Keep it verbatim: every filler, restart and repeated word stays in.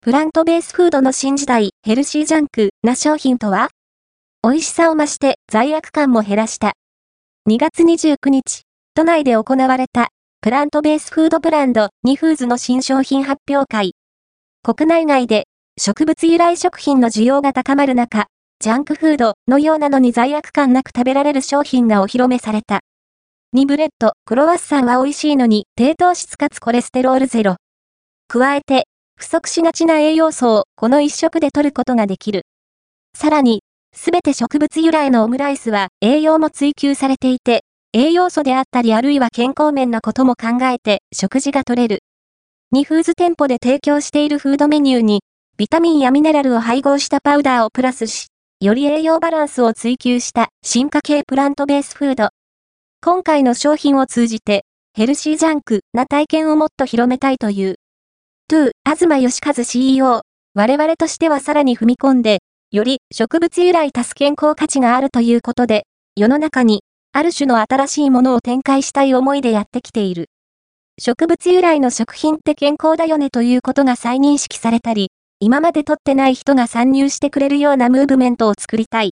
プラントベースフードの新時代、ヘルシージャンクな商品とは？美味しさを増して罪悪感も減らした。にがつにじゅうくにち、都内で行われた、プラントベースフードブランドニフーズの新商品発表会。国内外で植物由来食品の需要が高まる中、ジャンクフードのようなのに罪悪感なく食べられる商品がお披露目された。にブレッド、クロワッサンは美味しいのに低糖質かつコレステロールゼロ。加えて、不足しがちな栄養素をこの一食で摂ることができる。さらに、すべて植物由来のオムライスは栄養も追求されていて、栄養素であったりあるいは健康面なことも考えて食事が取れる。ニフーズ店舗で提供しているフードメニューに、ビタミンやミネラルを配合したパウダーをプラスし、より栄養バランスを追求した進化系プラントベースフード。今回の商品を通じて、ヘルシージャンクな体験をもっと広めたいという。トゥー、東義和 シーイーオー、我々としてはさらに踏み込んで、より植物由来足す健康価値があるということで、世の中に、ある種の新しいものを展開したい思いでやってきている。植物由来の食品って健康だよねということが再認識されたり、今まで取ってない人が参入してくれるようなムーブメントを作りたい。